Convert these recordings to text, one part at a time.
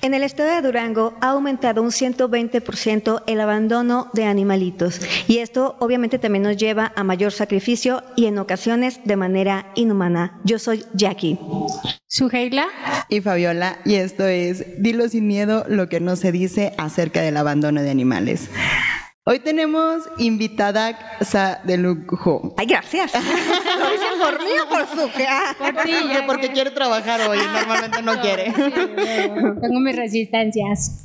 En el estado de Durango ha aumentado un 120% el abandono de animalitos y esto obviamente también nos lleva a mayor sacrificio y en ocasiones de manera inhumana. Yo soy Jackie. Suheila y Fabiola, y esto es Dilo sin miedo, lo que no se dice acerca del abandono de animales. Hoy tenemos invitada de lujo. Ay, gracias. ¿Lo dicen por mí o por su? Por ti, porque quiere trabajar hoy, normalmente no quiere. Sí, tengo mis resistencias.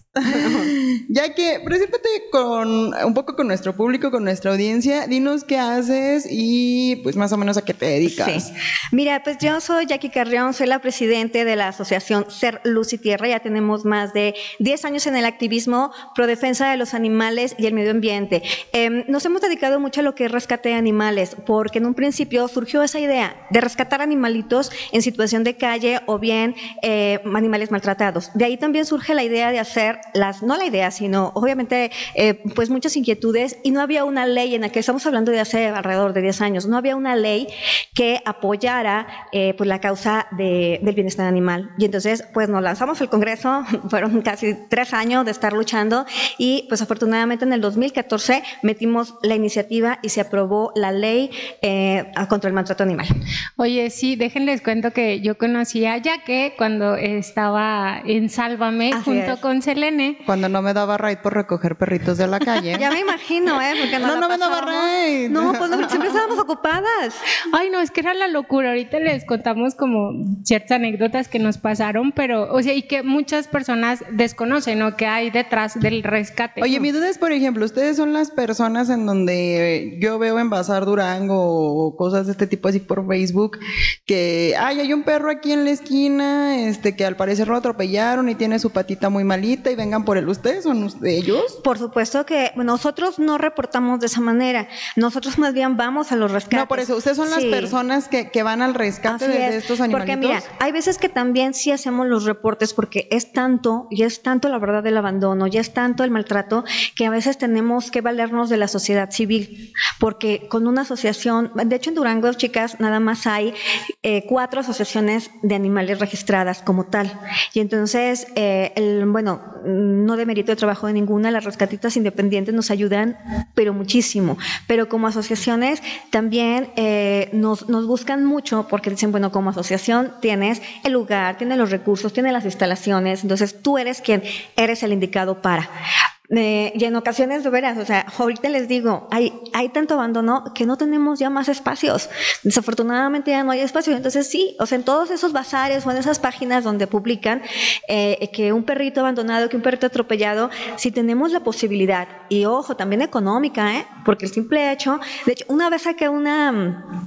Ya que, preséntate un poco con nuestro público, con nuestra audiencia, dinos qué haces y pues más o menos a qué te dedicas. Sí. Mira, pues yo soy Jackie Carrión, soy la presidente de la asociación Ser Luz y Tierra, ya tenemos más de 10 años en el activismo pro defensa de los animales y el medio ambiente. Nos hemos dedicado mucho a lo que es rescate de animales, porque en un principio surgió esa idea de rescatar animalitos en situación de calle o bien animales maltratados. De ahí también surge la idea de hacer no la idea, sino obviamente pues muchas inquietudes y no había una ley en la que estamos hablando de hace alrededor de 10 años, no había una ley que apoyara pues la causa del bienestar animal. Y entonces pues nos lanzamos al Congreso, fueron casi 3 años de estar luchando y pues afortunadamente en el 2014 metimos la iniciativa y se aprobó la ley contra el maltrato animal. Oye, sí, déjenles cuento que yo conocí a Yaque cuando estaba en Sálvame junto con Selene. Cuando no me daba ride por recoger perritos de la calle. Ya me imagino, porque no me daba ride. No, pues no, siempre estábamos ocupadas. Ay, no, es que era la locura. Ahorita les contamos como ciertas anécdotas que nos pasaron, pero, o sea, y que muchas personas desconocen, ¿no? Que hay detrás del rescate. Oye, mi duda es, por ejemplo, ustedes son las personas en donde yo veo en Bazar Durango o cosas de este tipo así por Facebook, que, hay un perro aquí en la esquina, que al parecer lo atropellaron y tiene su patita muy malita y vengan por él. ¿Ustedes son ellos? Por supuesto que nosotros no reportamos de esa manera. Nosotros más bien vamos a los rescates. No, por eso, ustedes son las personas que van al rescate de estos animalitos. Porque mira, hay veces que también sí hacemos los reportes porque es tanto la verdad del abandono, ya es tanto el maltrato que a veces tenemos que valernos de la sociedad civil, porque con una asociación, de hecho en Durango, chicas, nada más hay 4 asociaciones de animales registradas como tal. Y entonces, no demerito el trabajo de ninguna, las rescatistas independientes nos ayudan, pero muchísimo. Pero como asociaciones también nos buscan mucho porque dicen, bueno, como asociación tienes el lugar, tienes los recursos, tienes las instalaciones, entonces tú eres quien eres el indicado para. Y en ocasiones, de veras, o sea, ahorita les digo, hay tanto abandono que no tenemos ya más espacios. Desafortunadamente ya no hay espacio. Entonces sí, o sea, en todos esos bazares o en esas páginas donde publican que un perrito abandonado, que un perrito atropellado, si tenemos la posibilidad, y ojo, también económica, porque el simple hecho, de hecho, una vez saqué una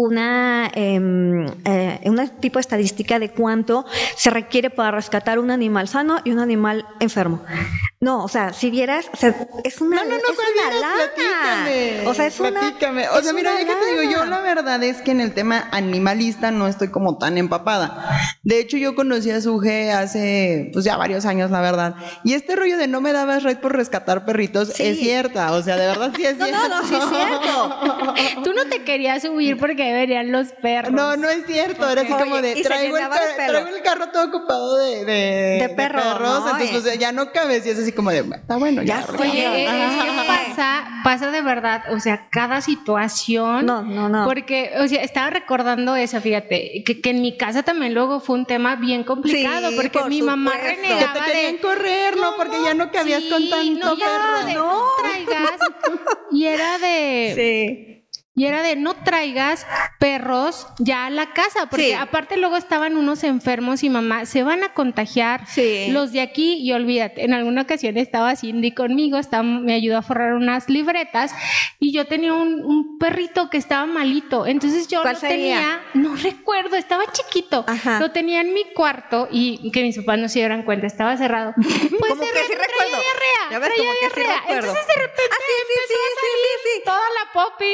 tipo de estadística de cuánto se requiere para rescatar un animal sano y un animal enfermo. No, o sea, si vieras, o sea, es una lana. Platícame. O sea, platícame. O sea, mira, ya que te digo, yo la verdad es que en el tema animalista no estoy como tan empapada. De hecho, yo conocí a Suje hace, pues ya varios años, la verdad. Y este rollo de no me dabas ride por rescatar perritos es cierta. O sea, de verdad sí es cierta. No, sí es cierto. Tú no te querías subir porque venían los perros. No es cierto. Era así como de, traigo el carro todo ocupado de perros. ¿No? Entonces, pues, ya no cabes y es así como de, está bueno, ya. Oye, es que pasa de verdad, o sea, cada situación. No. Porque, o sea, estaba recordando esa, fíjate, que en mi casa también luego fue un tema bien complicado, sí, porque mi mamá renegaba que te querían correr, ¿no? Porque ya no cabías con tanto perro. No traigas. Y era de... Sí. Y era de no traigas perros ya a la casa, porque aparte luego estaban unos enfermos y mamá, se van a contagiar los de aquí y olvídate. En alguna ocasión estaba Cindy conmigo, me ayudó a forrar unas libretas y yo tenía un perrito que estaba malito, entonces yo lo tenía, no recuerdo, estaba chiquito, lo tenía en mi cuarto y que mis papás no se dieran cuenta, estaba cerrado. Pues como que sí recuerdo. Traía diarrea. Entonces de repente empezó a salir toda la popis por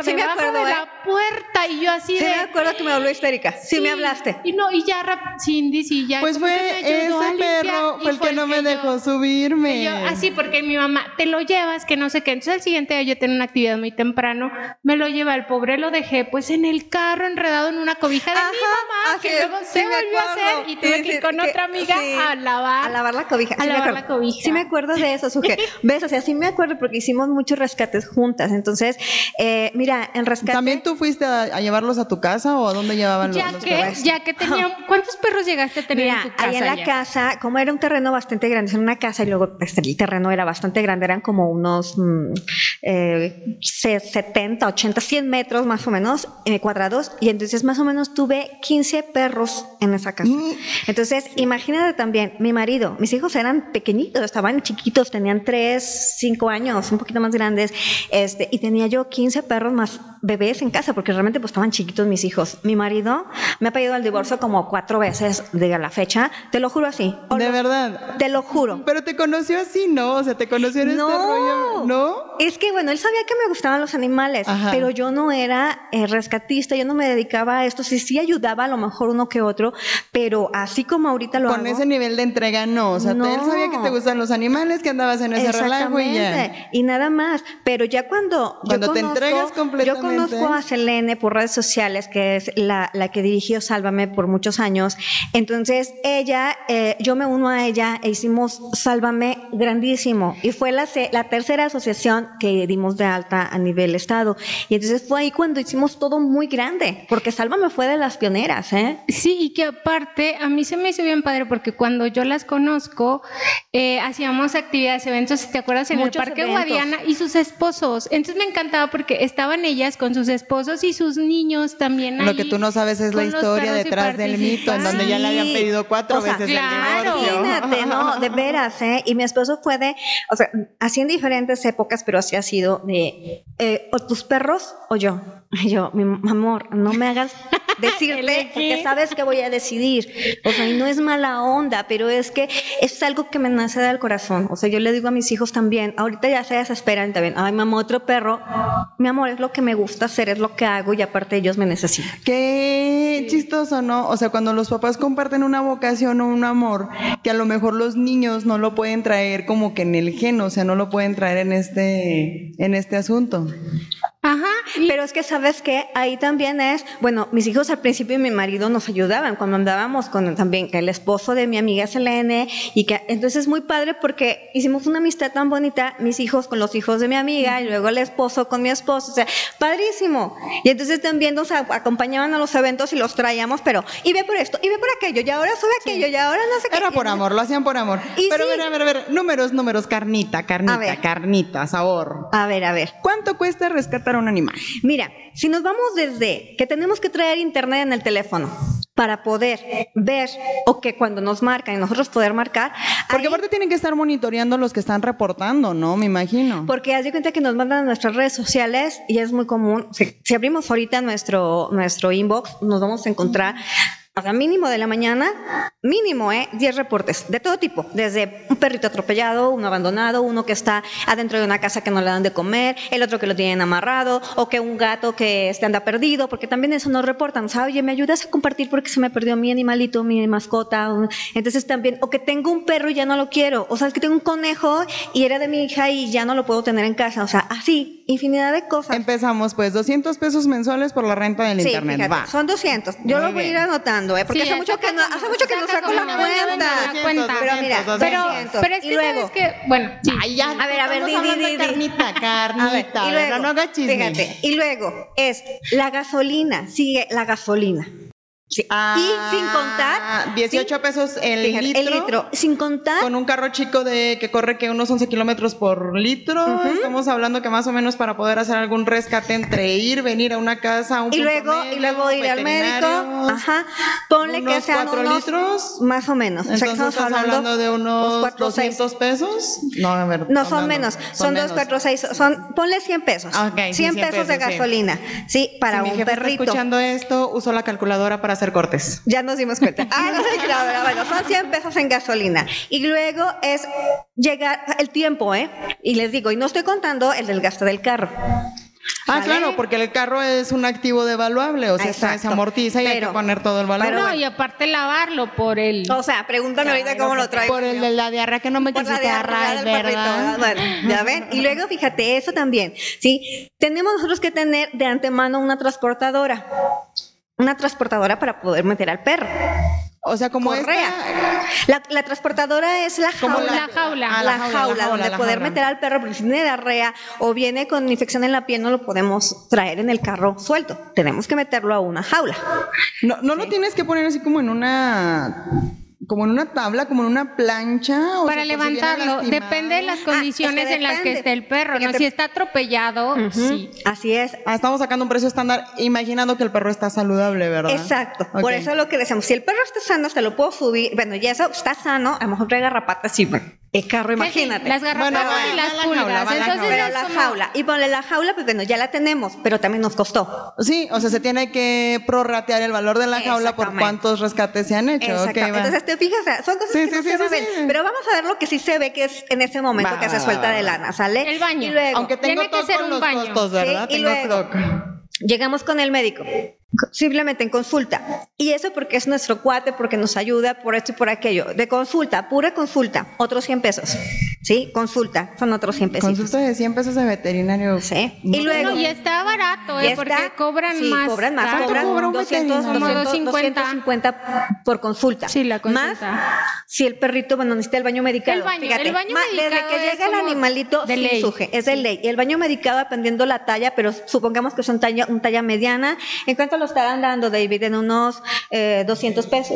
por debajo de la puerta y yo así Sí, me acuerdo que me habló histérica. Sí, me hablaste. Y ya Cindy, sí, ya. Pues fue ese perro, fue el que no me dejó subirme. Yo, así, porque mi mamá, te lo llevas, que no sé qué. Entonces, al siguiente día yo tenía una actividad muy temprano, me lo lleva, el pobre lo dejé, pues, en el carro, enredado en una cobija de mi mamá, que luego se volvió a hacer y tuve que ir con otra amiga a lavar la cobija. A lavar la cobija. Sí me acuerdo de eso, Suje. ¿Ves? O sea, sí me acuerdo porque hicimos muchos rescates juntas. Entonces, mira, en rescate... ¿También tú fuiste a llevarlos a tu casa o a dónde llevaban los perros? Ya que tenían... ¿Cuántos perros llegaste a tener en tu casa? Ahí en la casa, como era un terreno bastante grande, era una casa y luego el terreno era bastante grande, eran como unos 70, 80, 100 metros más o menos cuadrados, y entonces más o menos tuve 15 perros en esa casa. Entonces, imagínate también, mi marido, mis hijos eran pequeñitos, estaban chiquitos, tenían 3, 5 años, un poquito más grandes, y tenía yo 15 perros más bebés en casa, porque realmente pues estaban chiquitos mis hijos. Mi marido me ha pedido el divorcio como 4 veces de la fecha, te lo juro así. ¿De verdad? Te lo juro. Pero te conoció así, ¿no? O sea, te conoció en este rollo, ¿no? Es que, bueno, él sabía que me gustaban los animales, pero yo no era rescatista, yo no me dedicaba a esto, sí ayudaba a lo mejor uno que otro, pero así como ahorita lo hago. Con ese nivel de entrega, no. O sea, él sabía que te gustan los animales, que andabas en ese relajo y ya. Y nada más. Pero ya cuando te entregas completamente. Yo conozco a Selene por redes sociales, que es la que dirigió Sálvame por muchos años. Entonces, ella, yo me uno a ella e hicimos Sálvame grandísimo. Y fue la tercera asociación que dimos de alta a nivel estado. Y entonces fue ahí cuando hicimos todo muy grande, porque Sálvame fue de las pioneras, ¿eh? Sí, y que aparte a mí se me hizo bien padre porque cuando yo las conozco hacíamos actividades, eventos, ¿te acuerdas? En muchos el Parque eventos. Guadiana y sus esposos. Entonces me encantaba porque estaban ellas con sus esposos y sus niños también ahí. Lo que tú no sabes es la historia detrás del mito, en donde ya le habían pedido 4 veces claro, el divorcio. Imagínate, ¿no? De veras, ¿eh? Y mi esposo fue así en diferentes épocas, pero así ha sido de, o tus perros o yo. Y yo, mi amor, no me hagas decirte porque sabes que voy a decidir. O sea, y no es mala onda, pero es que es algo que me nace del corazón. O sea, yo le digo a mis hijos también, ahorita ya se desesperan también, ay, mamá, otro perro. Mi amor, es lo que me gusta hacer, es lo que hago y aparte ellos me necesitan. Qué chistoso, ¿no? O sea, cuando los papás comparten una vocación o un amor, que a lo mejor los niños no lo pueden traer como que en el gen, o sea, no lo pueden traer en este asunto. Ajá, pero es que sabes que ahí también es, bueno, mis hijos al principio y mi marido nos ayudaban cuando andábamos con también el esposo de mi amiga Selene, y que entonces es muy padre porque hicimos una amistad tan bonita, mis hijos con los hijos de mi amiga y luego el esposo con mi esposo, o sea, padrísimo. Y entonces también nos acompañaban a los eventos y los traíamos, pero y ve por esto, y ve por aquello, y ahora sube aquello, y ahora no sé qué. Era por amor, lo hacían por amor. Pero a ver, números, carnita, sabor. A ver. ¿Cuánto cuesta rescatar un animal? Mira, si nos vamos desde que tenemos que traer internet en el teléfono para poder ver o que cuando nos marcan y nosotros poder marcar. Porque aparte tienen que estar monitoreando los que están reportando, ¿no? Me imagino. Porque haz de cuenta que nos mandan a nuestras redes sociales y es muy común. Si abrimos ahorita nuestro inbox, nos vamos a encontrar o sea, mínimo de la mañana, 10 reportes de todo tipo, desde un perrito atropellado, uno abandonado, uno que está adentro de una casa que no le dan de comer, el otro que lo tienen amarrado, o que un gato que anda perdido, porque también eso nos reportan, o sea, oye, ¿me ayudas a compartir porque se me perdió mi animalito, mi mascota? Entonces también, o que tengo un perro y ya no lo quiero, o sea, es que tengo un conejo y era de mi hija y ya no lo puedo tener en casa, o sea, así, infinidad de cosas. Empezamos pues, 200 pesos mensuales por la renta del internet. Fíjate, va. Son 200, yo lo voy a ir anotando. Porque hace mucho que no saco la cuenta. Pero mira, pero es que sabes que, bueno, sí. Ay, ya, a ver, carnita, y luego, no hagas chisme. Fíjate, y luego es la gasolina, sigue la gasolina. Sí. Y sin contar 18 pesos el litro, sin contar con un carro chico que corre unos 11 kilómetros por litro. Estamos hablando que más o menos para poder hacer algún rescate entre venir a una casa, un y luego ir al médico, ponle que sean 4 litros más o menos. Entonces estamos hablando de unos 200 pesos. No, a ver, no son menos, son 2, 4, 6, ponle 100 pesos. Okay, 100 pesos de gasolina, sí, para un perrito. Está escuchando esto, uso la calculadora para hacer cortes. Ya nos dimos cuenta. Bueno, son 100 pesos en gasolina. Y luego es llegar el tiempo, y les digo, y no estoy contando el del gasto del carro. ¿Sale? Claro, porque el carro es un activo devaluable, o sea, se amortiza y hay que poner todo el valor. No, y aparte lavarlo por el... O sea, pregúntame ahorita cómo lo traigo. Por el de la diarrea que no me quisiste agarrar, ¿verdad? Bueno, ya ven. Y luego, fíjate, eso también, ¿sí? Tenemos nosotros que tener de antemano una transportadora para poder meter al perro. O sea, como correa. La transportadora es la jaula. La jaula donde poder meter al perro, porque si tiene diarrea o viene con infección en la piel, no lo podemos traer en el carro suelto. Tenemos que meterlo a una jaula. No lo tienes que poner así como en una tabla, como en una plancha. O para levantarlo, depende de las condiciones en las que esté el perro, ¿no? Si está atropellado, sí. Así es. Estamos sacando un precio estándar imaginando que el perro está saludable, ¿verdad? Exacto. Okay. Por eso es lo que decimos. Si el perro está sano, se lo puedo subir. Bueno, ya eso está sano, a lo mejor trae garrapatas, sí, bueno. El carro, imagínate. Las garrapatas y las pulgas. Pero la jaula. Y ponle la jaula, pues bueno, ya la tenemos, pero también nos costó. Sí, o sea, se tiene que prorratear el valor de la jaula por cuántos rescates se han hecho. Okay, entonces te fijas, son cosas que no se ven. Pero vamos a ver lo que sí se ve que es en ese momento que se suelta de lana, ¿sale? El baño. Y luego, aunque tengo todo con los costos, ¿verdad? Sí, y luego llegamos con el médico. Simplemente en consulta. Y eso porque es nuestro cuate, porque nos ayuda por esto y por aquello. De consulta, pura consulta, otros 100 pesos. ¿Sí? Consulta, son otros 100 pesos. Consulta de 100 pesos de veterinario. Sí. Y luego. Y está barato, porque cobran más. Cobran más. Cobran 250 por consulta. Sí, la consulta. Más si el perrito, bueno, necesita el baño medicado. El baño medicado. Desde que llega el animalito, de ley. Es de ley. Y el baño medicado, dependiendo la talla, pero supongamos que son un talla mediana. ¿En cuánto lo estarán dando, David? En unos 200 pesos.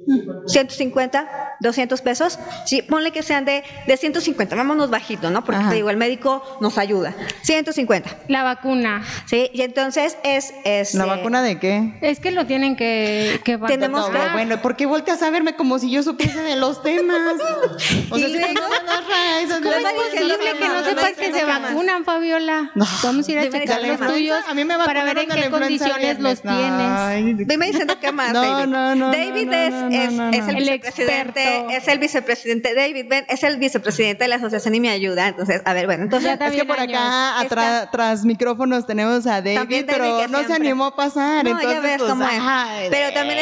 150, 200 pesos. Sí, ponle que sean de 150, vámonos bajito, ¿no? Porque te digo, el médico nos ayuda. 150. La vacuna. Sí, y entonces es ¿la vacuna de qué? Es que lo tienen que tenemos que... Bueno, ¿por qué volteas a verme como si yo supiese de los temas? O sea, ¿cómo es posible que no sepas que se vacunan, Fabiola? Vamos a ir a checar los tuyos para ver en qué condiciones los tienes. Dime diciendo qué más, David. David es el vicepresidente, es el vicepresidente, David Ben es el vicepresidente de la asociación y me ayuda. Entonces, a ver, bueno, entonces es que por acá tras micrófonos tenemos a David, pero no se animó a pasar. No, entonces, ya ves pues, cómo es. Pero también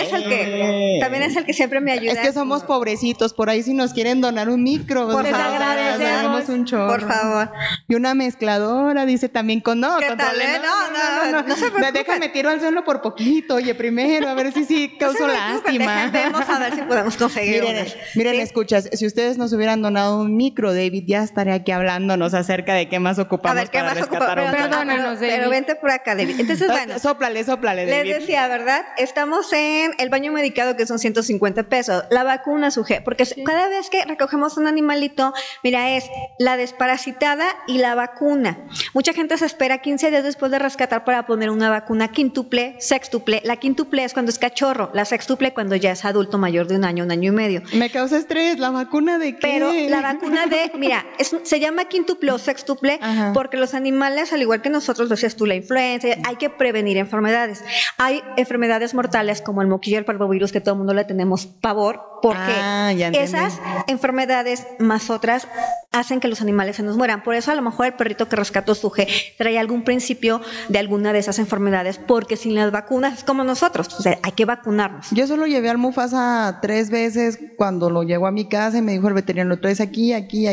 es el que siempre me ayuda. Es que somos pobrecitos, por ahí si nos quieren donar un micro, por agradecemos un chorro. Por favor. Y una mezcladora, dice también con no se preocupen. Déjame tiro al suelo por poquito, oye, primero, a ver si causo lástima. Vamos a ver si podemos conseguir. Miren, ¿sí? Escuchas, si ustedes nos hubieran donado un micro, David ya estaría aquí hablándonos acerca de qué más ocupamos. A ver, ¿qué más ocupamos? Perdónanos, David. Pero vente por acá, David. Entonces, bueno. Sóplale, David. Les decía, ¿verdad? Estamos en el baño medicado, que son 150 pesos. La vacuna, porque cada vez que recogemos un animalito, mira, es la desparasitada y la vacuna. Mucha gente se espera 15 días después de rescatar para poner una vacuna quíntuple, sextuple. La quíntuple es cuando es cachorro, la sextuple cuando ya es adulto mayor de un año y medio. Me causa estrés, ¿la vacuna de qué? Pero la vacuna mira, se llama quíntuple o sextuple porque los animales, al igual que nosotros, decías tú, la influenza, hay que prevenir enfermedades. Hay enfermedades mortales como el moquillo y el parvovirus, que todo el mundo le tenemos pavor, porque esas enfermedades más otras hacen que los animales se nos mueran. Por eso a lo mejor el perrito que rescató Suje trae algún principio de alguna de esas enfermedades, porque sin las vacunas es como nosotros, o sea, hay que vacunarnos. Yo solo llevé al Mufasa 3 veces cuando lo llegó a mi casa y me dijo el veterinario, lo traes aquí,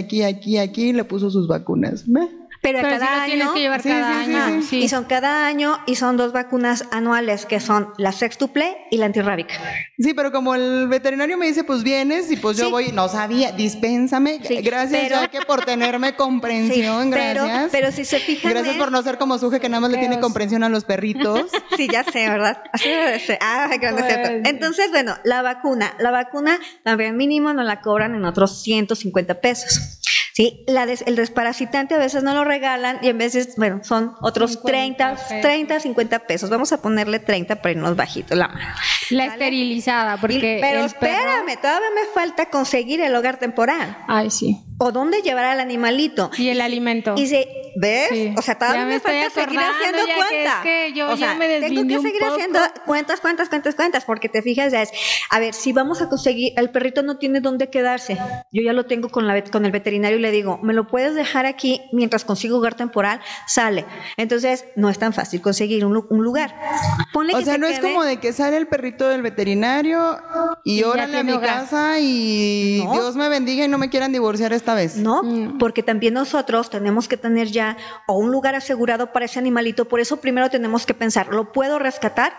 y le puso sus vacunas. Pero cada sí año, tienes que llevar cada año. Sí. Y son cada año y son 2 vacunas anuales, que son la sextuple y la antirrábica. Sí, pero como el veterinario me dice, pues vienes y pues yo voy, no sabía, dispénsame. Gracias, Jaque, por tenerme comprensión, gracias. Pero si se fijan. Gracias por no ser como Suje, que nada más le tiene comprensión a los perritos. Sí, ya sé, ¿verdad? Así debe ser. Grande cierto. Entonces, bueno, la vacuna también mínimo nos la cobran en otros 150 pesos. Sí, el desparasitante a veces no lo regalan y en veces, bueno, son otros 30, 50 pesos. Vamos a ponerle 30 para irnos bajito la mano. La esterilizada, porque pero espérame, todavía me falta conseguir el hogar temporal. Ay, sí. O dónde llevar al animalito. Y el alimento. Y ¿ves? Sí. O sea, todavía me falta seguir haciendo cuentas. Que yo ya me tengo que seguir haciendo cuentas, porque te fijas, ya es, a ver, si vamos a conseguir, el perrito no tiene dónde quedarse, yo ya lo tengo con el veterinario y le digo, me lo puedes dejar aquí mientras consigo hogar temporal, sale. Entonces, no es tan fácil conseguir un lugar. Ponle que no es como de que sale el perrito del veterinario y órale a mi casa y no. Dios me bendiga y no me quieran divorciar esta vez. No, porque también nosotros tenemos que tener ya o un lugar asegurado para ese animalito, por eso primero tenemos que pensar, ¿lo puedo rescatar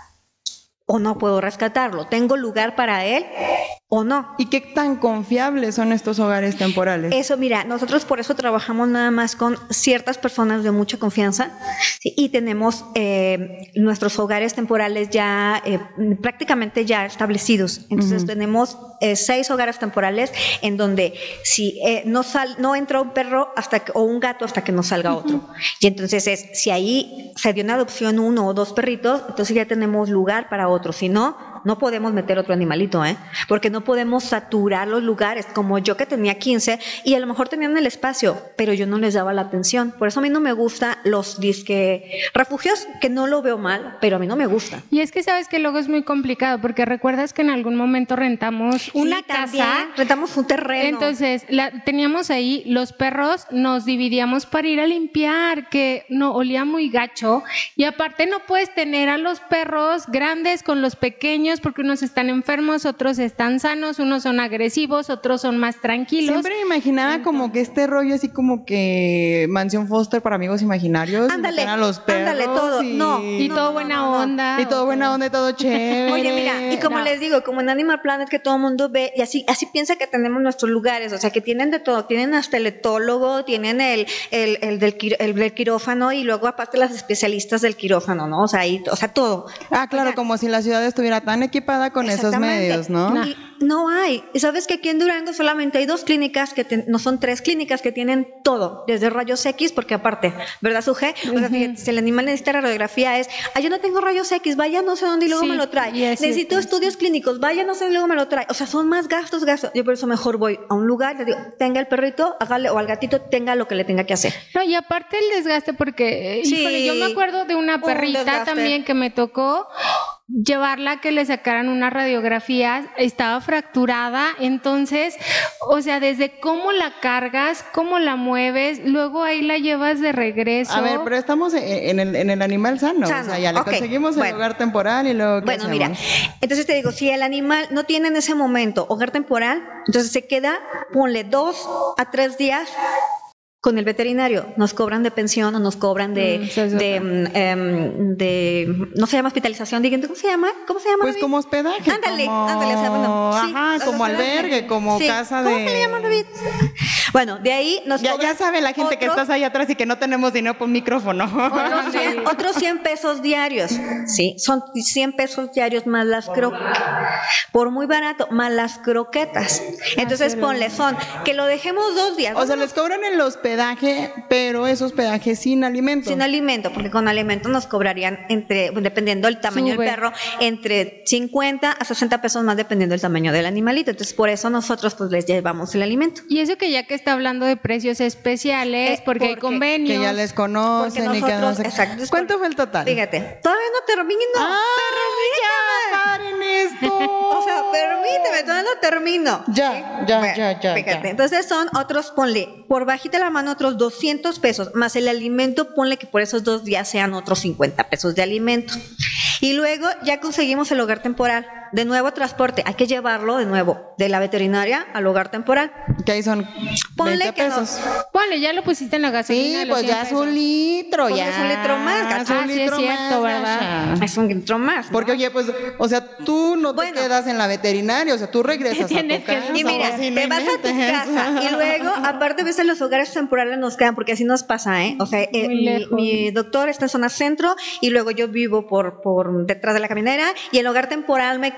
o no puedo rescatarlo? ¿Tengo lugar para él o no? ¿Y qué tan confiables son estos hogares temporales? Eso, mira, nosotros por eso trabajamos nada más con ciertas personas de mucha confianza, ¿sí? Y tenemos nuestros hogares temporales ya prácticamente ya establecidos. Entonces tenemos 6 hogares temporales en donde si no entra un perro o un gato hasta que no salga otro. Y entonces si ahí se dio una adopción 1 o 2 perritos, entonces ya tenemos lugar para otro. Si no, no podemos meter otro animalito, porque no podemos saturar los lugares, como yo que tenía 15 y a lo mejor tenían el espacio, pero yo no les daba la atención. Por eso a mí no me gustan los refugios, que no lo veo mal, pero a mí no me gusta. Y es que sabes que luego es muy complicado, porque recuerdas que en algún momento rentamos una casa, rentamos un terreno. Entonces teníamos ahí los perros, nos dividíamos para ir a limpiar, que no olía muy gacho, y aparte no puedes tener a los perros grandes con los pequeños porque unos están enfermos, otros están sanos, unos son agresivos, otros son más tranquilos. Siempre me imaginaba como que este rollo así como que mansión Foster para amigos imaginarios. Ándale, a los perros ándale, todo. Y todo buena onda. Y todo buena onda y todo chévere. Oye, mira, y como les digo, como en Animal Planet que todo el mundo ve, y así piensa que tenemos nuestros lugares, o sea, que tienen de todo, tienen hasta el etólogo, tienen el del quirófano y luego aparte las especialistas del quirófano, ¿no? O sea, todo. Ah, claro, como si la ciudad estuviera tan equipada con esos medios, ¿no? Y no hay. Y sabes que aquí en Durango solamente hay 2 clínicas, no son 3 clínicas que tienen todo, desde rayos X, porque aparte, ¿verdad, Suje? O sea, fíjate, si el animal necesita radiografía yo no tengo rayos X, vaya no sé dónde y luego me lo trae. Necesito estudios clínicos, vaya no sé y luego me lo trae. O sea, son más gastos. Yo por eso mejor voy a un lugar, le digo, tenga el perrito, hágale, o al gatito, tenga lo que le tenga que hacer. No, y aparte el desgaste, porque híjole, yo me acuerdo de una perrita también que me tocó llevarla a que le sacaran una radiografía, estaba fracturada, entonces, o sea, desde cómo la cargas, cómo la mueves, luego ahí la llevas de regreso. A ver, pero estamos en el animal sano, o sea, ya le conseguimos el hogar temporal y luego ¿qué hacemos? Mira, entonces te digo, si el animal no tiene en ese momento hogar temporal, entonces se queda, ponle 2 a 3 días con el veterinario. Nos cobran de pensión o nos cobran de no se llama hospitalización, díganme, ¿cómo se llama? Pues como hospedaje. Ándale, o sea, bueno, como albergue, como casa de... ¿Cómo se le llama, David? Bueno, de ahí nos cobran... Ya sabe la gente que estás ahí atrás y que no tenemos dinero por un micrófono. Otros 100 pesos diarios, ¿sí? Son 100 pesos diarios más las croquetas. Por muy barato, más las croquetas. Entonces ponle, que lo dejemos 2 días. O sea, les cobran el hospedaje, pero es hospedaje sin alimento. Sin alimento, porque con alimento nos cobrarían dependiendo del tamaño del perro, entre 50 a 60 pesos más dependiendo del tamaño del animalito. Entonces, por eso nosotros pues les llevamos el alimento. Y eso que ya que está hablando de precios especiales, porque hay convenios. Que ya les conocen y que no sé. Exacto. ¿Cuánto fue el total? Fíjate, todavía no termino. Ya, paren esto. O sea, permíteme, todavía no termino. Ya. Fíjate, entonces son otros, ponle, por bajita la mano otros 200 pesos, más el alimento, ponle que por esos 2 días sean otros 50 pesos de alimento. Y luego ya conseguimos el hogar temporal. De nuevo transporte, hay que llevarlo de nuevo de la veterinaria al hogar temporal. Que ahí son 20 pesos. Ponle, ya lo pusiste en la gasolina. Sí, pues ya es un litro, pues ya. Es un litro más, sí es cierto, ¿verdad? Es un litro más, ¿no? Porque oye, pues, o sea, tú no te quedas en la veterinaria, o sea, tú regresas a tu casa. Y mira, te vas a tu casa y luego, aparte, ves en los hogares temporales nos quedan, porque así nos pasa, O sea, mi doctor está en zona centro y luego yo vivo por detrás de la caminera y el hogar temporal me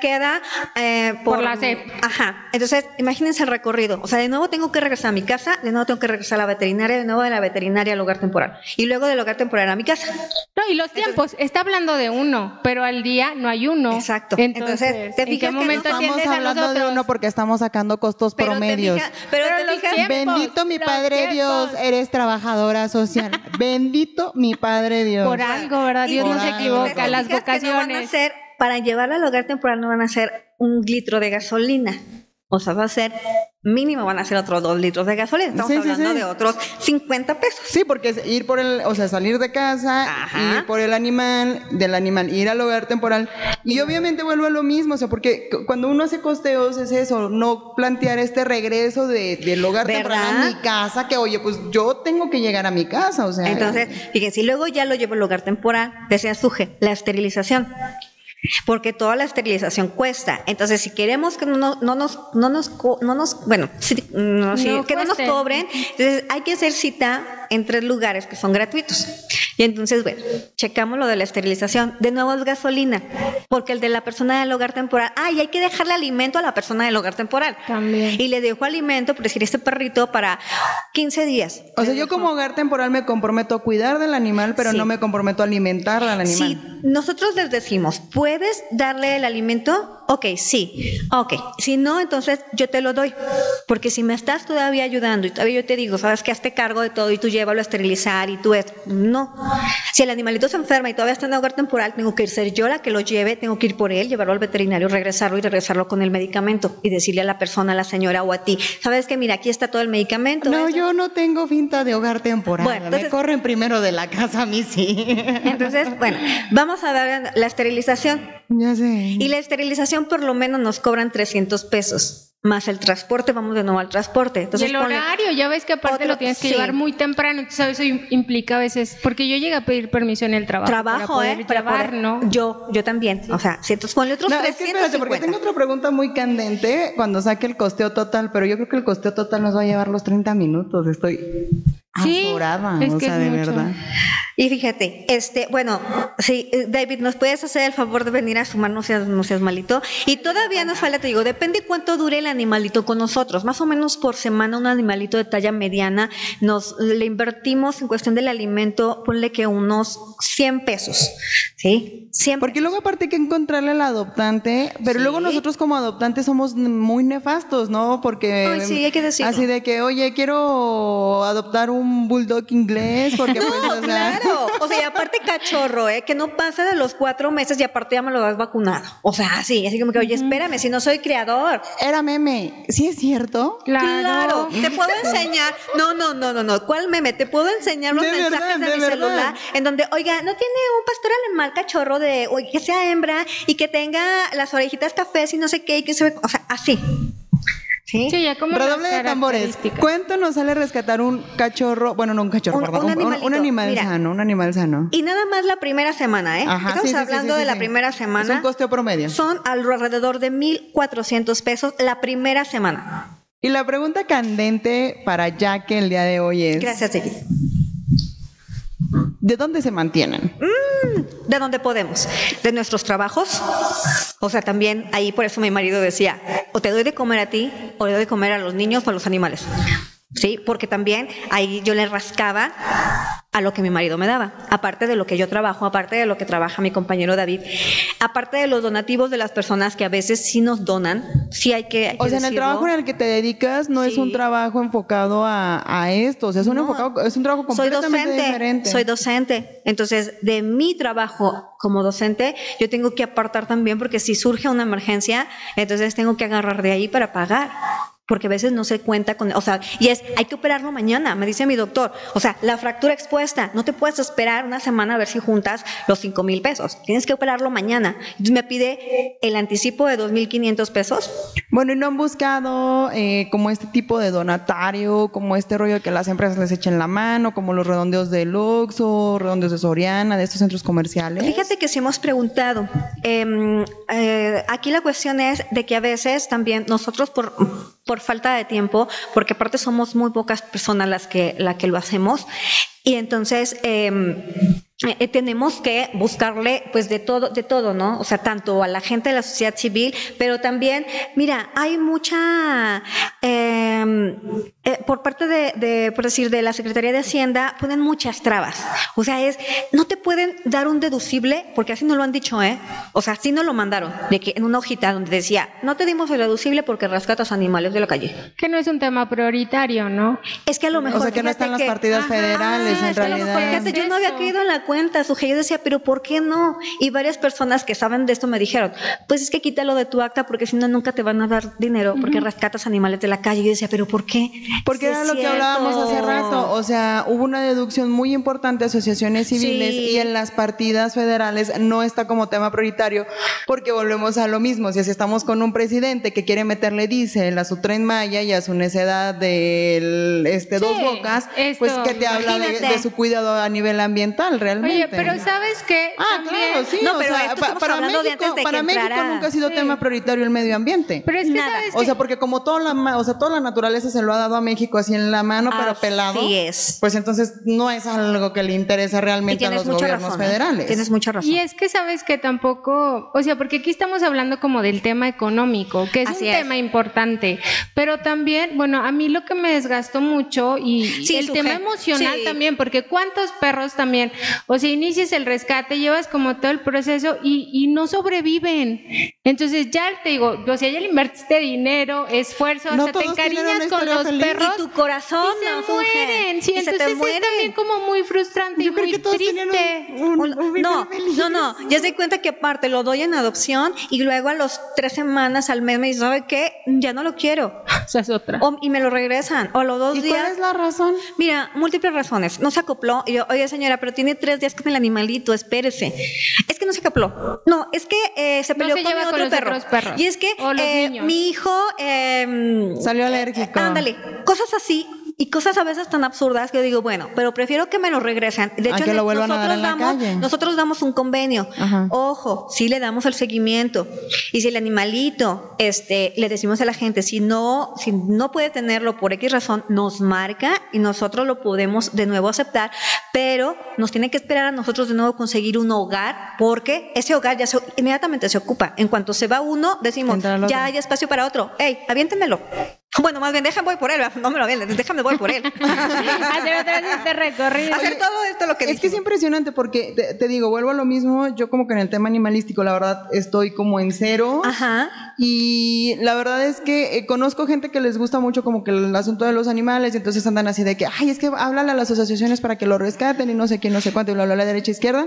queda por la CEP. Ajá. Entonces, imagínense el recorrido. O sea, de nuevo tengo que regresar a mi casa, de nuevo tengo que regresar a la veterinaria, de nuevo de la veterinaria al hogar temporal. Y luego del hogar temporal a mi casa. No, y los tiempos, está hablando de uno, pero al día no hay uno. Exacto. Entonces ¿te fijas ¿en qué momento estamos hablando de uno porque estamos sacando costos promedios? Pero te fijas, bendito mi Padre Dios, eres trabajadora social. Bendito mi Padre Dios. Por algo, ¿verdad? Dios no se equivoca, las vocaciones. Para llevarla al hogar temporal no van a ser 1 litro de gasolina. O sea, va a ser mínimo, van a ser otros 2 litros de gasolina. Estamos hablando de otros 50 pesos. Sí, porque es ir por salir de casa, ir por el animal, del animal, ir al hogar temporal. Y obviamente vuelvo a lo mismo, o sea, porque cuando uno hace costeos es eso, no plantear este regreso del hogar temporal a mi casa, que oye, pues yo tengo que llegar a mi casa, o sea. Entonces, fíjense, y luego ya lo llevo al hogar temporal, decía Suje, la esterilización. Porque toda la esterilización cuesta. Entonces, si queremos que que no nos cobren, entonces hay que hacer cita en 3 lugares que son gratuitos. Y entonces, bueno, checamos lo de la esterilización. De nuevo es gasolina, porque el de la persona del hogar temporal, y hay que dejarle alimento a la persona del hogar temporal. También. Y le dejo alimento, por decir, este perrito para 15 días. O sea, yo como hogar temporal me comprometo a cuidar del animal, pero no me comprometo a alimentar al animal. Sí, nosotros les decimos, ¿puedes darle el alimento? Ok, sí. Ok. Si no, entonces yo te lo doy. Porque si me estás todavía ayudando y todavía yo te digo, sabes que hazte cargo de todo y tú llévalo a esterilizar y tú no. Si el animalito se enferma y todavía está en hogar temporal, tengo que ser yo la que lo lleve, tengo que ir por él, llevarlo al veterinario, regresarlo con el medicamento y decirle a la persona, a la señora o a ti, sabes que mira, aquí está todo el medicamento. No, yo no tengo finta de hogar temporal. Bueno, entonces, me corren primero de la casa, a mí sí. Entonces, bueno, vamos a dar la esterilización. Ya sé. Y la esterilización por lo menos nos cobran 300 pesos. Más el transporte, vamos de nuevo al transporte. Entonces, y el horario, ya ves que aparte lo tienes que llevar muy temprano, entonces eso implica a veces, porque yo llegué a pedir permiso en el trabajo. para poder llevar, ¿no? Yo también, o sea, si entonces ponle otros 350. Es que espérate, porque tengo otra pregunta muy candente cuando saque el costeo total, pero yo creo que el costeo total nos va a llevar los 30 minutos, estoy azorada, o sea, de verdad. Y fíjate, bueno, sí, David, ¿nos puedes hacer el favor de venir a sumar? No seas malito. Y todavía nos falta, te digo, depende cuánto dure el animalito con nosotros. Más o menos por semana un animalito de talla mediana le invertimos en cuestión del alimento, ponle que unos 100 pesos, ¿sí? 100 Porque luego aparte hay que encontrarle al adoptante, pero luego nosotros como adoptantes somos muy nefastos, ¿no? Porque sí, hay que decirlo. Así de que, oye, quiero adoptar un bulldog inglés porque no, pues, claro. O sea, y aparte cachorro, que no pasa de los 4 meses y aparte ya me lo has vacunado. O sea, sí, así como que, oye, espérame, si no soy criador. Era meme. ¿Sí es cierto? Claro. Te puedo enseñar. No. ¿Cuál meme? Te puedo enseñar los mensajes de mi celular en donde, oiga, ¿no tiene un pastor alemán cachorro que sea hembra y que tenga las orejitas cafés y no sé qué y que se ve, o sea, así? Sí, ya como redoble de tambores. ¿Cuánto nos sale rescatar un cachorro? Bueno, no un cachorro, perdón. Un animal sano, un animal sano. Y nada más la primera semana, ¿eh? Ajá, estamos hablando de la primera semana. Es un costeo promedio. Son alrededor de 1,400 pesos la primera semana. Y la pregunta candente para Jack el día de hoy es... Gracias, David. ¿De dónde se mantienen? De donde podemos. De nuestros trabajos. O sea, también ahí por eso mi marido decía, o te doy de comer a ti, o le doy de comer a los niños o a los animales. Sí, porque también ahí yo le rascaba a lo que mi marido me daba, aparte de lo que yo trabajo, aparte de lo que trabaja mi compañero David, aparte de los donativos de las personas que a veces sí nos donan, sí hay que o sea, en el trabajo en el que te dedicas no es un trabajo enfocado a esto, o sea, es un trabajo completamente diferente. Soy docente, entonces de mi trabajo como docente yo tengo que apartar también porque si surge una emergencia, entonces tengo que agarrar de ahí para pagar. Porque a veces no se cuenta con, o sea, hay que operarlo mañana, me dice mi doctor, o sea, la fractura expuesta, no te puedes esperar una semana a ver si juntas los 5,000 pesos, tienes que operarlo mañana. Entonces me pide el anticipo de 2,500 pesos. Bueno, y no han buscado como este tipo de donatario, como este rollo que las empresas les echen la mano, como los redondeos de Oxxo, redondeos de Soriana, de estos centros comerciales. Fíjate que sí hemos preguntado, aquí la cuestión es de que a veces también nosotros por falta de tiempo, porque aparte somos muy pocas personas las que lo hacemos, y entonces tenemos que buscarle pues de todo, ¿no? O sea, tanto a la gente de la sociedad civil, pero también, mira, hay mucha, por parte por decir, de la Secretaría de Hacienda, ponen muchas trabas. O sea, no te pueden dar un deducible, porque así no lo han dicho, o sea, así no lo mandaron, de que en una hojita donde decía, no te dimos el deducible porque rescatas animales de la calle. Que no es un tema prioritario, ¿no? Es que a lo mejor... O sea, que no están las partidas federales, en realidad. Fíjate, yo no había caído en la cuenta, Suje. Yo decía, pero ¿por qué no? Y varias personas que saben de esto me dijeron, pues es que quítalo de tu acta porque si no nunca te van a dar dinero porque rescatas animales de la calle. Y yo decía, ¿pero por qué? Porque era lo que hablábamos hace rato. O sea, hubo una deducción muy importante a asociaciones civiles y en las partidas federales no está como tema prioritario porque volvemos a lo mismo. Si estamos con un presidente que quiere meterle diésel a su Tren Maya y a su necedad del Dos Bocas, pues que te habla de su cuidado a nivel ambiental realmente. Oye, pero ¿sabes qué? Claro, sí. No, pero para México nunca ha sido tema prioritario el medio ambiente. Pero es que ¿sabes o sea, porque como toda la naturaleza se lo ha dado a México así en la mano, pero pelado. Así es. Pues entonces no es algo que le interesa realmente a los gobiernos federales. Tienes mucha razón. Y es que sabes que tampoco, o sea, porque aquí estamos hablando como del tema económico, que es un tema importante, pero también, bueno, a mí lo que me desgastó mucho y el tema emocional también, porque cuántos perros también, o sea, inicias el rescate, llevas como todo el proceso y no sobreviven. Entonces ya te digo, o sea, ya le invertiste dinero, esfuerzo, o sea, te encariñas con los perros y tu corazón y se mueren. Sí, entonces es también como muy frustrante y muy triste. No, ya se di cuenta que aparte lo doy en adopción y luego a los 3 semanas al mes me dice, ¿sabe qué? Ya no lo quiero. O sea, es otra. Y me lo regresan. O a los 2 días. ¿Y cuál es la razón? Mira, múltiples razones. No se acopló. Y yo, oye señora, pero tiene 3 días con el animalito, espérese. Es que no se acopló. No, es que se peleó con otro perro. Y es que mi hijo salió alérgico. Ándale, cosas así. Y cosas a veces tan absurdas que yo digo, bueno, pero prefiero que me lo regresen. De hecho, que lo vuelvan a dar en la calle. Nosotros damos un convenio. Ajá. Ojo, sí le damos el seguimiento. Y si el animalito, le decimos a la gente, si no puede tenerlo por X razón, nos marca y nosotros lo podemos de nuevo aceptar, pero nos tiene que esperar a nosotros de nuevo conseguir un hogar, porque ese hogar ya inmediatamente se ocupa. En cuanto se va uno, decimos, ya hay espacio para otro. ¡Ey, aviéntenmelo! Bueno, más bien, voy por él, no me lo avienten, voy por él. Hacer otra vez este recorrido. Hacer todo esto lo que Es que es impresionante porque, te digo, vuelvo a lo mismo, yo como que en el tema animalístico, la verdad, estoy como en cero. Ajá. Y la verdad es que conozco gente que les gusta mucho como que el asunto de los animales y entonces andan así de que, ay, es que háblale a las asociaciones para que lo rescaten y no sé quién, no sé cuánto, y bla, bla, bla, derecha, izquierda.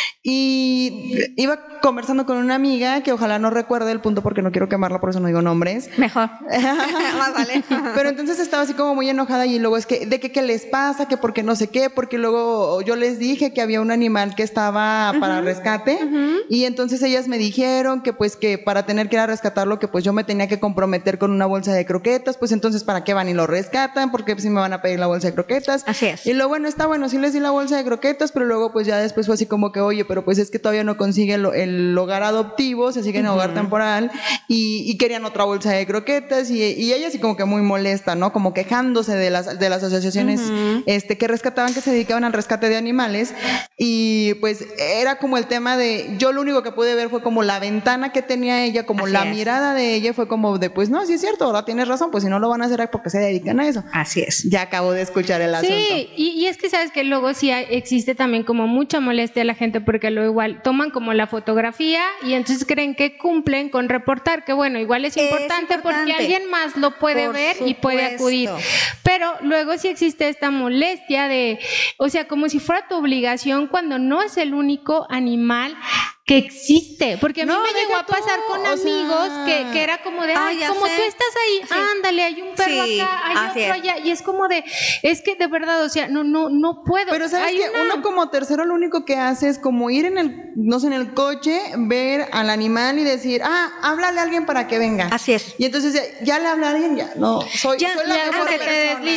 Y iba conversando con una amiga que ojalá no recuerde el punto porque no quiero quemarla, por eso no digo nombres. Mejor. Vale. Pero entonces estaba así como muy enojada y luego es que, ¿de qué les pasa? Que porque no sé qué, porque luego yo les dije que había un animal que estaba para rescate y entonces ellas me dijeron que pues que para tener que ir a rescatarlo que pues yo me tenía que comprometer con una bolsa de croquetas, pues entonces ¿para qué van y lo rescatan? Porque pues, sí me van a pedir la bolsa de croquetas. Así es. Y luego bueno, está bueno, sí les di la bolsa de croquetas, pero luego pues ya después fue así como que, oye, pero pues es que todavía no consigue el hogar adoptivo, se sigue en hogar temporal y querían otra bolsa de croquetas y ellas sí como que muy molesta, ¿no? Como quejándose de las asociaciones que rescataban, que se dedicaban al rescate de animales y pues era como el tema de, yo lo único que pude ver fue como la ventana que tenía ella, como la mirada de ella fue como de, pues no, sí es cierto, ahora tienes razón, pues si no lo van a hacer porque se dedican a eso. Así es. Ya acabo de escuchar el asunto. Sí, y es que sabes que luego sí existe también como mucha molestia a la gente porque luego igual toman como la fotografía y entonces creen que cumplen con reportar, que bueno, igual es importante porque alguien más lo puede ver y puede acudir. Pero luego sí existe esta molestia de, o sea, como si fuera tu obligación cuando no es el único animal que existe, porque a mí me llegó a pasar con amigos que era como de, ay, como tú estás ahí, ándale, hay un perro acá, hay otro allá, y es como de, es que de verdad, o sea, no puedo. Pero sabes que uno como tercero lo único que hace es como ir en el coche, ver al animal y decir, háblale a alguien para que venga. Así es. Y entonces ya le habla a alguien, ya, no, soy la mejor persona.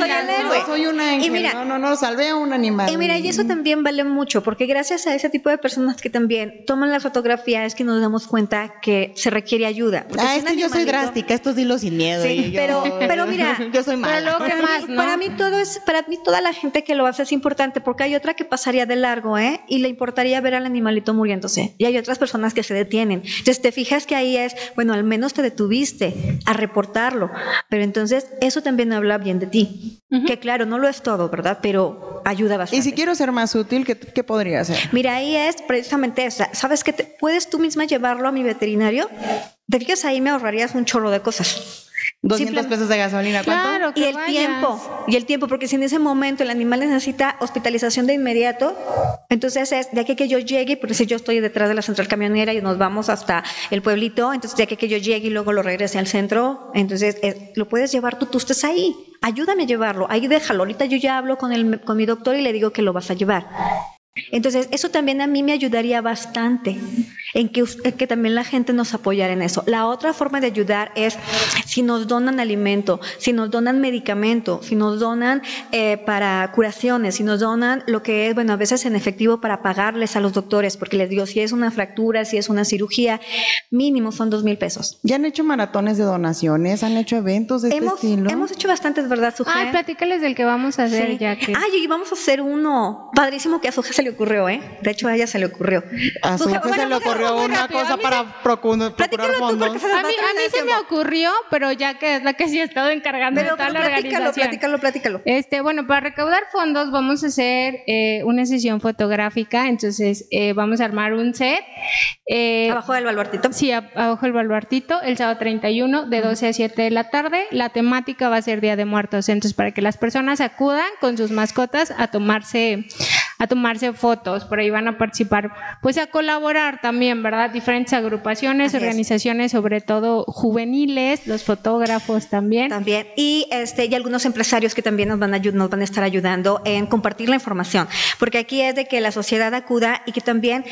soy el héroe. No soy un ángel, mira, no, salvé a un animal. Y mira, y eso también vale mucho, porque gracias a ese tipo de personas que también toman la fotografía es que nos damos cuenta que se requiere ayuda. Es que yo soy drástica, esto dilo sin miedo. Sí, pero mira, yo soy mala. Pero más, ¿no? Para mí toda la gente que lo hace es importante, porque hay otra que pasaría de largo, y le importaría ver al animalito muriéndose. Y hay otras personas que se detienen. Entonces te fijas que ahí es, bueno, al menos te detuviste a reportarlo. Pero entonces eso también habla bien de ti. Que claro, no lo es todo, ¿verdad? Pero ayuda bastante. Y si quiero ser más útil, ¿qué podría hacer? Mira, ahí es precisamente esa. ¿Sabes qué? ¿Puedes tú misma llevarlo a mi veterinario? Te fijas, ahí me ahorrarías un chorro de cosas. 200 pesos de gasolina, ¿cuánto? Claro, y el tiempo, porque si en ese momento el animal necesita hospitalización de inmediato, entonces es de aquí que yo llegue, porque si yo estoy detrás de la central camionera y nos vamos hasta el pueblito, entonces de aquí que yo llegue y luego lo regrese al centro, entonces lo puedes llevar tú estás ahí, ayúdame a llevarlo, ahí déjalo, ahorita yo ya hablo con mi doctor y le digo que lo vas a llevar. Entonces, eso también a mí me ayudaría bastante en que también la gente nos apoyara en eso. La otra forma de ayudar es si nos donan alimento, si nos donan medicamento, si nos donan para curaciones, si nos donan lo que es, bueno, a veces en efectivo para pagarles a los doctores, porque les digo, si es una fractura, si es una cirugía, mínimo son 2,000 pesos. ¿Ya han hecho maratones de donaciones? ¿Han hecho eventos de este estilo? Hemos hecho bastantes, ¿verdad, Suje? Ay, platícales del que vamos a hacer, ya que... Y vamos a hacer uno padrísimo que a Suje se le ocurrió, De hecho, a ella se le ocurrió. A Suje se le ocurrió una cosa para procurar fondos. A mí se me ocurrió, pero ya que es la que sí ha estado encargando de toda la organización. Platícalo. Bueno, para recaudar fondos vamos a hacer una sesión fotográfica, entonces vamos a armar un set. Abajo del baluartito. Sí, abajo del baluartito, el sábado 31 de 12 a 7 de la tarde. La temática va a ser Día de Muertos, entonces para que las personas acudan con sus mascotas a tomarse fotos, por ahí van a participar, pues a colaborar también, ¿verdad? Diferentes agrupaciones, organizaciones, sobre todo juveniles, los fotógrafos también. Y algunos empresarios que también nos van a estar ayudando en compartir la información, porque aquí es de que la sociedad acuda y que también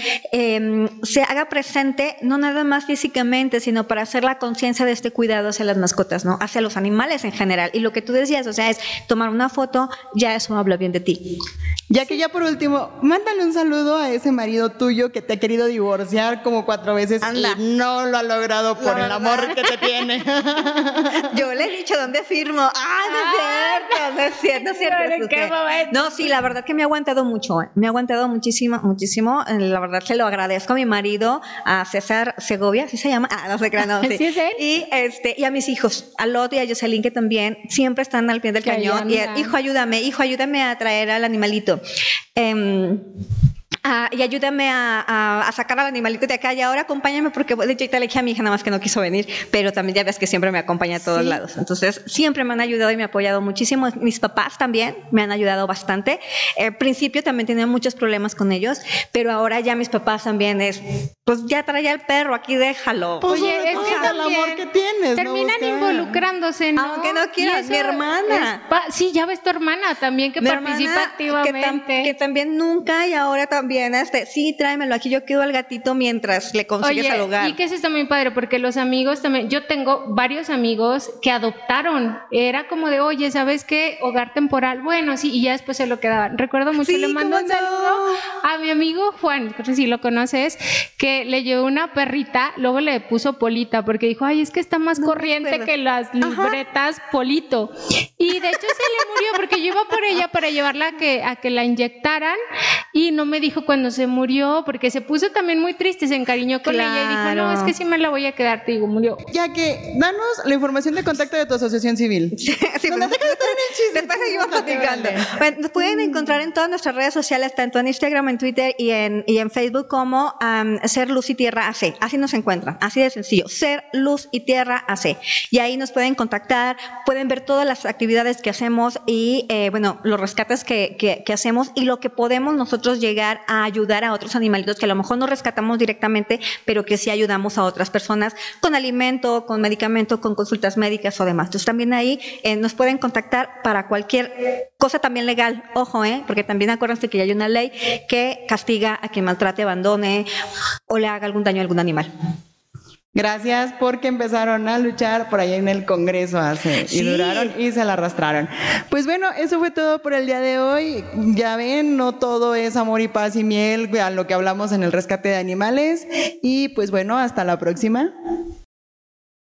se haga presente, no nada más físicamente, sino para hacer la conciencia de este cuidado hacia las mascotas, ¿no? Hacia los animales en general. Y lo que tú decías, o sea, es tomar una foto, ya eso habla bien de ti. Ya que ya por último, mándale un saludo a ese marido tuyo que te ha querido divorciar como 4 veces y no lo ha logrado por el amor que te tiene. Yo le he dicho dónde firmo. No es cierto. ¿En qué momento? No, sí, la verdad que me ha aguantado mucho. Me ha aguantado muchísimo. La verdad se lo agradezco a mi marido, a César Segovia, ¿sí se llama? No sé qué, no, sí. ¿Sí es él? Y a mis hijos, a Lot y a Jocelyn, que también siempre están al pie del cañón. Y hijo, ayúdame a traer al animalito. Y ayúdame a sacar al animalito de acá y ahora acompáñame porque de hecho le dije a mi hija nada más que no quiso venir, pero también ya ves que siempre me acompaña a todos lados. Entonces siempre me han ayudado y me han apoyado muchísimo. Mis papás también me han ayudado bastante. Al principio también tenía muchos problemas con ellos, pero ahora ya mis papás también pues ya trae al perro, aquí déjalo. Pues oye, es que el amor que tienes. Terminan involucrándose, ¿no? Aunque no quieras, mi hermana. Sí, ya ves tu hermana también que participa activamente. Que también nunca y ahora también sí, tráemelo, aquí yo quedo al gatito mientras le consigues al hogar. Y que eso está muy padre, porque los amigos también, yo tengo varios amigos que adoptaron, era como de, oye, ¿sabes qué? Hogar temporal, bueno, sí, y ya después se lo quedaban. Recuerdo mucho, le mando un saludo a mi amigo Juan, no sé si lo conoces, que le llevó una perrita, luego le puso Polita, porque dijo, ay, es que está más corriente que las libretas Polito. Y de hecho se le murió, porque yo iba por ella para llevarla a que la inyectaran, y no me dijo cuando se murió, porque se puso también muy triste, se encariñó con ella y dijo, no, es que sí me la voy a quedar, te digo, murió. Ya que, danos la información de contacto de tu asociación civil. Sí, después seguimos platicando. Bueno, nos pueden encontrar en todas nuestras redes sociales, tanto en Instagram, en Twitter y en Facebook como Ser Luz y Tierra AC. Así nos encuentran, así de sencillo, Ser Luz y Tierra AC. Y ahí nos pueden contactar, pueden ver todas las actividades que hacemos y, los rescates que hacemos y lo que podemos nosotros llegar a ayudar a otros animalitos que a lo mejor no rescatamos directamente, pero que sí ayudamos a otras personas con alimento, con medicamento, con consultas médicas o demás. Entonces también ahí nos pueden contactar para cualquier cosa también legal, ojo, porque también acuérdense que ya hay una ley que castiga a quien maltrate, abandone o le haga algún daño a algún animal. Gracias, porque empezaron a luchar por ahí en el Congreso y duraron y se la arrastraron. Pues bueno, eso fue todo por el día de hoy. Ya ven, no todo es amor y paz y miel a lo que hablamos en el rescate de animales. Y pues bueno, hasta la próxima.